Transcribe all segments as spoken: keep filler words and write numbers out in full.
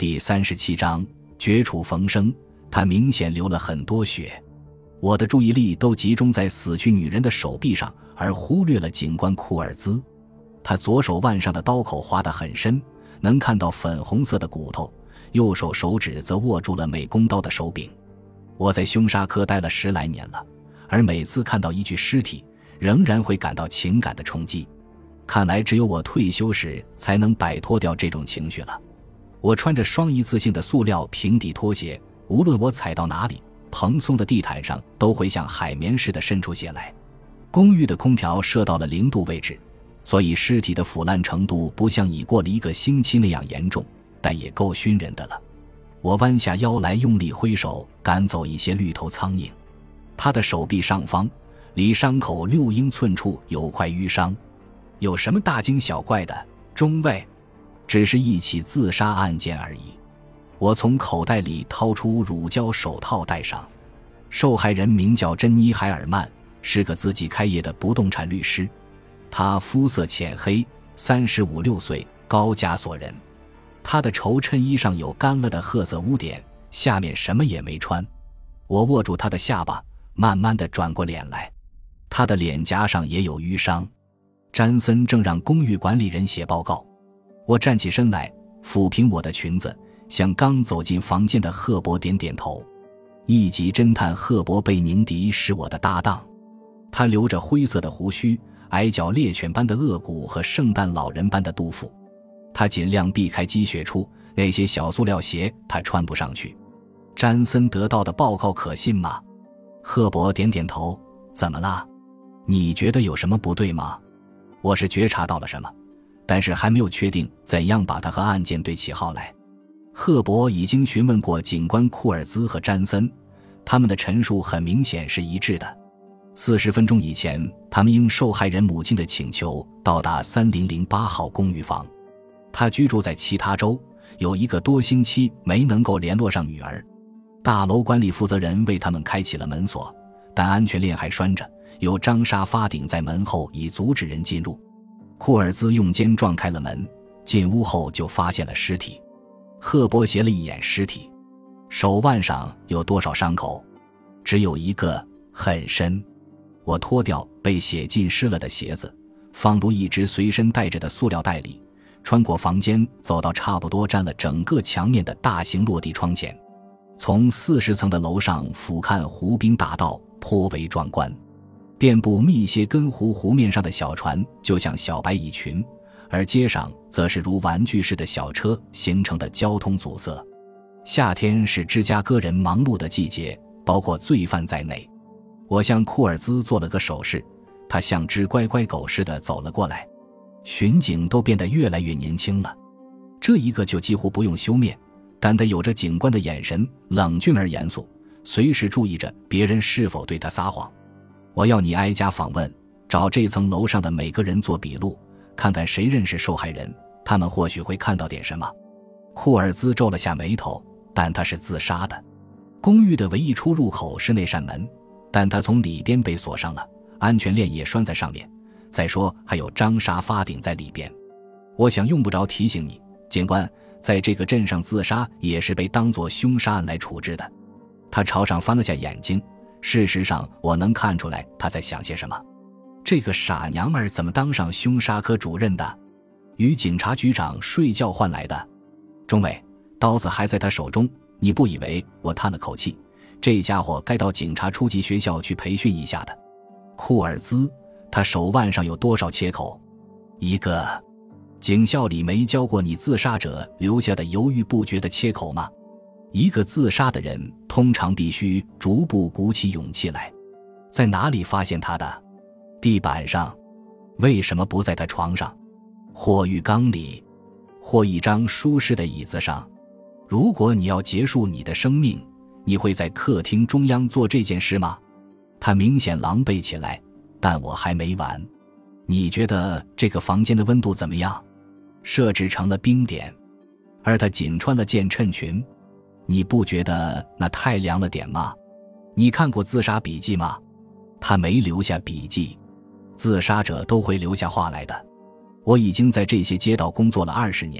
第三十七章绝处逢生。他明显流了很多血，我的注意力都集中在死去女人的手臂上，而忽略了警官库尔兹。他左手腕上的刀口划得很深，能看到粉红色的骨头，右手手指则握住了美工刀的手柄。我在凶杀科待了十来年了，而每次看到一具尸体，仍然会感到情感的冲击。看来只有我退休时才能摆脱掉这种情绪了。我穿着双一次性的塑料平底拖鞋，无论我踩到哪里，蓬松的地毯上都会像海绵似的渗出血来。公寓的空调设到了零度位置，所以尸体的腐烂程度不像已过了一个星期那样严重，但也够熏人的了。我弯下腰来，用力挥手赶走一些绿头苍蝇。他的手臂上方离伤口六英寸处有块淤伤。有什么大惊小怪的，中尉？只是一起自杀案件而已。我从口袋里掏出乳胶手套戴上。受害人名叫珍妮·海尔曼，是个自己开业的不动产律师。他肤色浅黑，三十五六岁，高加索人。他的绸衬衣上有干了的褐色污点，下面什么也没穿。我握住他的下巴，慢慢地转过脸来。他的脸颊上也有淤伤。詹森正让公寓管理人写报告。我站起身来，抚平我的裙子，向刚走进房间的赫伯点点头。一级侦探赫伯贝宁迪是我的搭档。他留着灰色的胡须，矮脚猎犬般的颚骨和圣诞老人般的肚腹。他尽量避开积雪处，那些小塑料鞋他穿不上去。詹森得到的报告可信吗？赫伯点点头。怎么了？你觉得有什么不对吗？我是觉察到了什么，但是还没有确定怎样把它和案件对起号来。赫伯已经询问过警官库尔兹和詹森，他们的陈述很明显是一致的。四十分钟以前，他们应受害人母亲的请求到达三零零八号公寓房。他居住在其他州，有一个多星期没能够联络上女儿。大楼管理负责人为他们开启了门锁，但安全链还拴着，有张沙发顶在门后以阻止人进入。库尔兹用肩撞开了门，进屋后就发现了尸体。赫伯斜了一眼尸体，手腕上有多少伤口？只有一个，很深。我脱掉被血浸湿了的鞋子，放入一只随身带着的塑料袋里，穿过房间，走到差不多占了整个墙面的大型落地窗前。从四十层的楼上俯瞰湖滨大道，颇为壮观。遍布密歇根湖湖面上的小船就像小白蚁群，而街上则是如玩具似的小车形成的交通阻塞。夏天是芝加哥人忙碌的季节，包括罪犯在内。我向库尔兹做了个手势，他像只乖乖狗似的走了过来。巡警都变得越来越年轻了，这一个就几乎不用修面，但他有着警官的眼神，冷峻而严肃，随时注意着别人是否对他撒谎。我要你挨家访问，找这层楼上的每个人做笔录，看看谁认识受害人，他们或许会看到点什么。库尔兹皱了下眉头，但他是自杀的。公寓的唯一出入口是那扇门，但他从里边被锁上了，安全链也拴在上面。再说还有张沙发顶在里边。我想用不着提醒你，警官，在这个镇上自杀也是被当作凶杀案来处置的。他朝上翻了下眼睛，事实上我能看出来他在想些什么。这个傻娘们怎么当上凶杀科主任的？与警察局长睡觉换来的。中尉，刀子还在他手中，你不以为？我叹了口气，这家伙该到警察初级学校去培训一下的。库尔兹，他手腕上有多少切口？一个。警校里没教过你自杀者留下的犹豫不决的切口吗？一个自杀的人通常必须逐步鼓起勇气来。在哪里发现他的？地板上。为什么不在他床上？或浴缸里，或一张舒适的椅子上。如果你要结束你的生命，你会在客厅中央做这件事吗？他明显狼狈起来，但我还没完。你觉得这个房间的温度怎么样？设置成了冰点。而他仅穿了件衬裙，你不觉得那太凉了点吗？你看过自杀笔记吗？他没留下笔记。自杀者都会留下话来的。我已经在这些街道工作了二十年，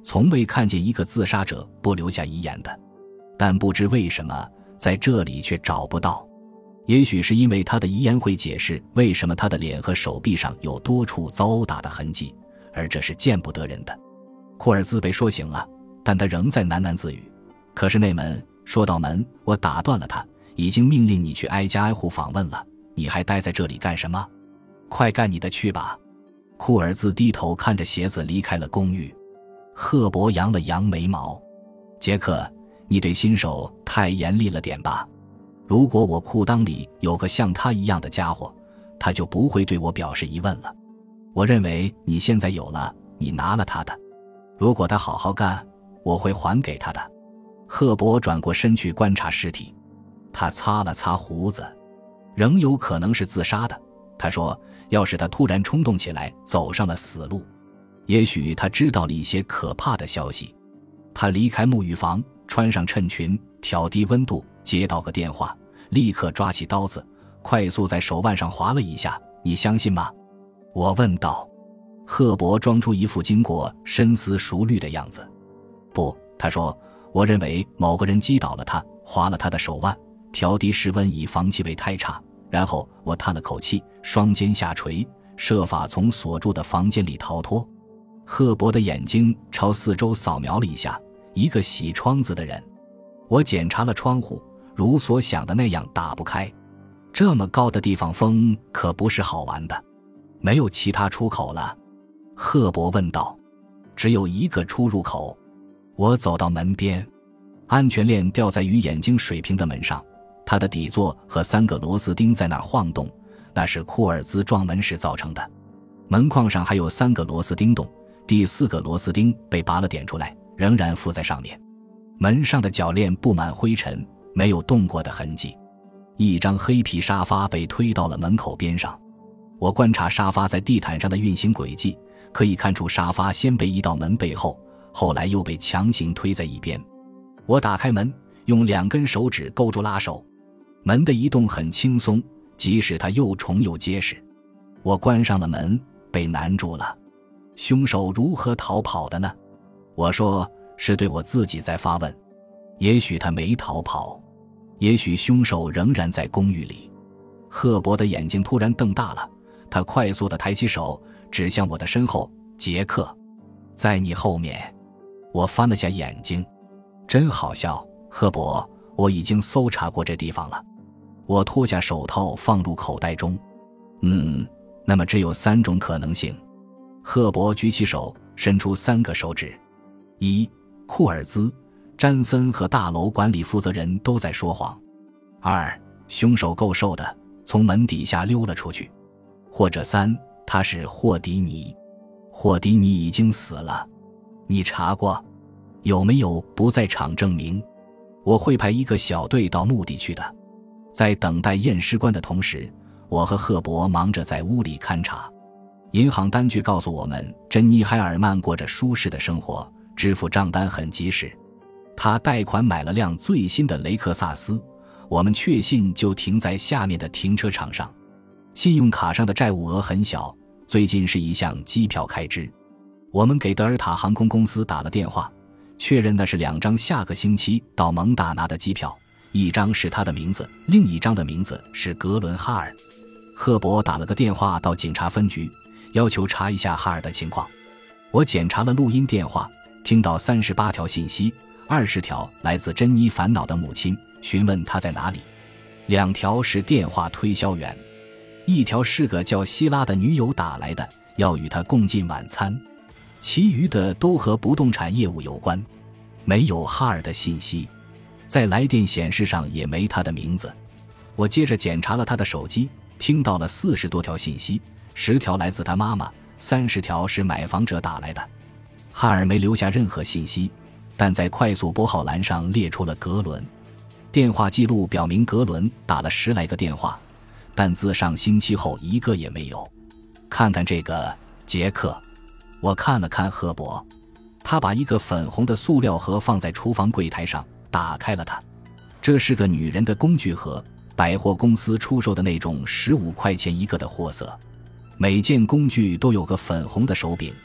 从未看见一个自杀者不留下遗言的。但不知为什么在这里却找不到，也许是因为他的遗言会解释为什么他的脸和手臂上有多处遭殴打的痕迹，而这是见不得人的。库尔兹被说醒了，但他仍在喃喃自语。可是那门，说到门，我打断了他，已经命令你去挨家挨户访问了，你还待在这里干什么？快干你的去吧。库尔兹低头看着鞋子离开了公寓。赫伯扬了扬眉毛。杰克，你对新手太严厉了点吧？如果我裤裆里有个像他一样的家伙，他就不会对我表示疑问了。我认为你现在有了，你拿了他的。如果他好好干，我会还给他的。赫伯转过身去观察尸体，他擦了擦胡子，仍有可能是自杀的。他说，要是他突然冲动起来，走上了死路，也许他知道了一些可怕的消息。他离开沐浴房，穿上衬裙，调低温度，接到个电话，立刻抓起刀子，快速在手腕上划了一下。你相信吗？我问道。赫伯装出一副经过深思熟虑的样子。不，他说，我认为某个人击倒了他，划了他的手腕，调低室温以防气味太差。然后我叹了口气，双肩下垂，设法从锁住的房间里逃脱。赫伯的眼睛朝四周扫描了一下，一个洗窗子的人。我检查了窗户，如所想的那样打不开。这么高的地方风可不是好玩的。没有其他出口了？赫伯问道。只有一个出入口。我走到门边，安全链吊在与眼睛水平的门上，它的底座和三个螺丝钉在那儿晃动，那是库尔兹撞门时造成的。门框上还有三个螺丝钉洞，第四个螺丝钉被拔了点出来，仍然附在上面。门上的铰链布满灰尘，没有动过的痕迹。一张黑皮沙发被推到了门口边上。我观察沙发在地毯上的运行轨迹，可以看出沙发先被移到门背后，后来又被强行推在一边。我打开门，用两根手指勾住拉手，门的移动很轻松，即使它又重又结实。我关上了门，被难住了。凶手如何逃跑的呢？我说，是对我自己在发问。也许他没逃跑，也许凶手仍然在公寓里。赫伯的眼睛突然瞪大了，他快速地抬起手指向我的身后。杰克，在你后面。我翻了下眼睛。真好笑，赫伯，我已经搜查过这地方了。我脱下手套放入口袋中。嗯，那么只有三种可能性。赫伯举起手，伸出三个手指。一，库尔兹、詹森和大楼管理负责人都在说谎。二，凶手够瘦的，从门底下溜了出去。或者三，他是霍迪尼。霍迪尼已经死了。你查过？有没有不在场证明？我会派一个小队到墓地去的。在等待验尸官的同时，我和赫伯忙着在屋里勘察。银行单据告诉我们，珍妮·海尔曼过着舒适的生活，支付账单很及时。他贷款买了辆最新的雷克萨斯，我们确信就停在下面的停车场上。信用卡上的债务额很小，最近是一项机票开支。我们给德尔塔航空公司打了电话，确认那是两张下个星期到蒙大拿的机票，一张是他的名字，另一张的名字是格伦哈尔。赫伯打了个电话到警察分局，要求查一下哈尔的情况。我检查了录音电话，听到三十八条信息，二十条来自珍妮烦恼的母亲，询问她在哪里。两条是电话推销员，一条是个叫希拉的女友打来的，要与她共进晚餐。其余的都和不动产业务有关，没有哈尔的信息，在来电显示上也没他的名字。我接着检查了他的手机，听到了四十多条信息，十条来自他妈妈，三十条是买房者打来的。哈尔没留下任何信息，但在快速拨号栏上列出了格伦。电话记录表明格伦打了十来个电话，但自上星期后一个也没有。看看这个，杰克。我看了看赫伯，他把一个粉红的塑料盒放在厨房柜台上，打开了它。这是个女人的工具盒，百货公司出售的那种十五块钱一个的货色。每件工具都有个粉红的手柄，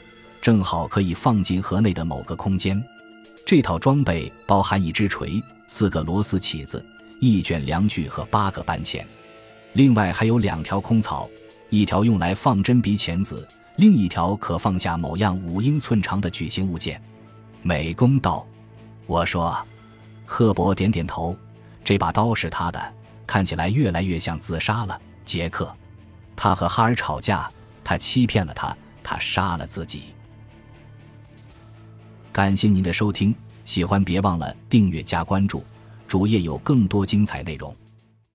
正好可以放进盒内的某个空间。这套装备包含一只锤、四个螺丝起子、一卷量具和八个扳钳，另外还有两条空槽，一条用来放针笔钳子，另一条可放下某样五英寸长的矩形物件。美工刀，我说。赫伯点点头，这把刀是他的，看起来越来越像自杀了，杰克。他和哈尔吵架，他欺骗了他，他杀了自己。感谢您的收听，喜欢别忘了订阅加关注，主页有更多精彩内容。